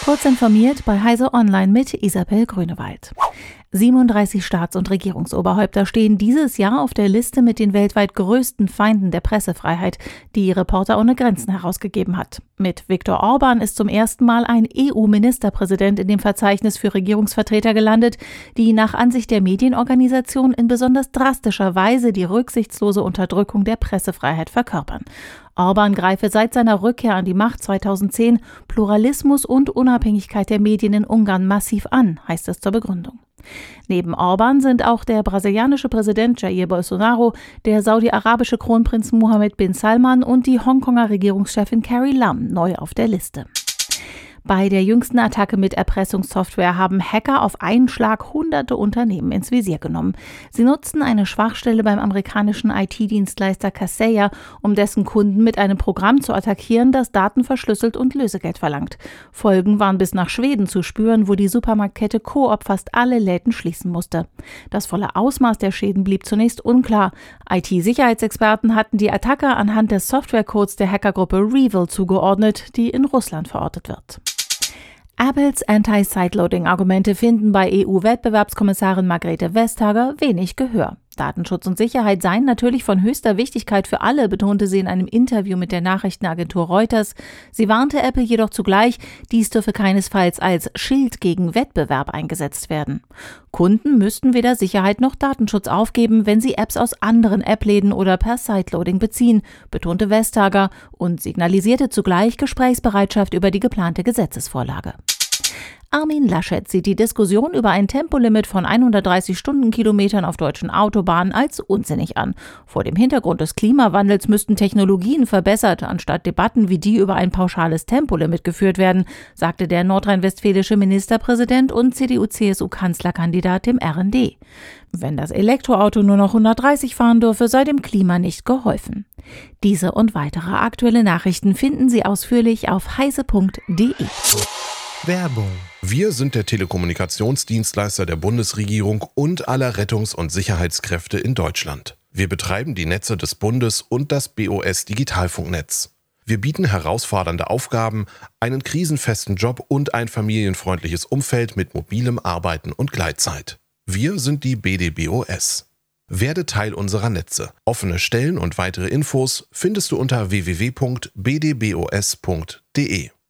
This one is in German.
Kurz informiert bei Heise Online mit Isabel Grünewald. 37 Staats- und Regierungsoberhäupter stehen dieses Jahr auf der Liste mit den weltweit größten Feinden der Pressefreiheit, die Reporter ohne Grenzen herausgegeben hat. Mit Viktor Orban ist zum ersten Mal ein EU-Ministerpräsident in dem Verzeichnis für Regierungsvertreter gelandet, die nach Ansicht der Medienorganisation in besonders drastischer Weise die rücksichtslose Unterdrückung der Pressefreiheit verkörpern. Orban greife seit seiner Rückkehr an die Macht 2010 Pluralismus und Unabhängigkeit der Medien in Ungarn massiv an, heißt es zur Begründung. Neben Orban sind auch der brasilianische Präsident Jair Bolsonaro, der saudi-arabische Kronprinz Mohammed bin Salman und die Hongkonger Regierungschefin Carrie Lam neu auf der Liste. Bei der jüngsten Attacke mit Erpressungssoftware haben Hacker auf einen Schlag hunderte Unternehmen ins Visier genommen. Sie nutzten eine Schwachstelle beim amerikanischen IT-Dienstleister Kaseya, um dessen Kunden mit einem Programm zu attackieren, das Daten verschlüsselt und Lösegeld verlangt. Folgen waren bis nach Schweden zu spüren, wo die Supermarktkette Coop fast alle Läden schließen musste. Das volle Ausmaß der Schäden blieb zunächst unklar. IT-Sicherheitsexperten hatten die Attacke anhand des Softwarecodes der Hackergruppe REvil zugeordnet, die in Russland verortet wird. Apples Anti-Sideloading-Argumente finden bei EU-Wettbewerbskommissarin Margrethe Vestager wenig Gehör. Datenschutz und Sicherheit seien natürlich von höchster Wichtigkeit für alle, betonte sie in einem Interview mit der Nachrichtenagentur Reuters. Sie warnte Apple jedoch zugleich, dies dürfe keinesfalls als Schild gegen Wettbewerb eingesetzt werden. Kunden müssten weder Sicherheit noch Datenschutz aufgeben, wenn sie Apps aus anderen App-Läden oder per Sideloading beziehen, betonte Vestager und signalisierte zugleich Gesprächsbereitschaft über die geplante Gesetzesvorlage. Armin Laschet sieht die Diskussion über ein Tempolimit von 130 Stundenkilometern auf deutschen Autobahnen als unsinnig an. Vor dem Hintergrund des Klimawandels müssten Technologien verbessert, anstatt Debatten wie die über ein pauschales Tempolimit geführt werden, sagte der nordrhein-westfälische Ministerpräsident und CDU-CSU-Kanzlerkandidat dem RND. Wenn das Elektroauto nur noch 130 fahren dürfe, sei dem Klima nicht geholfen. Diese und weitere aktuelle Nachrichten finden Sie ausführlich auf heise.de. Werbung. Wir sind der Telekommunikationsdienstleister der Bundesregierung und aller Rettungs- und Sicherheitskräfte in Deutschland. Wir betreiben die Netze des Bundes und das BOS-Digitalfunknetz. Wir bieten herausfordernde Aufgaben, einen krisenfesten Job und ein familienfreundliches Umfeld mit mobilem Arbeiten und Gleitzeit. Wir sind die BDBOS. Werde Teil unserer Netze. Offene Stellen und weitere Infos findest du unter www.bdbos.de.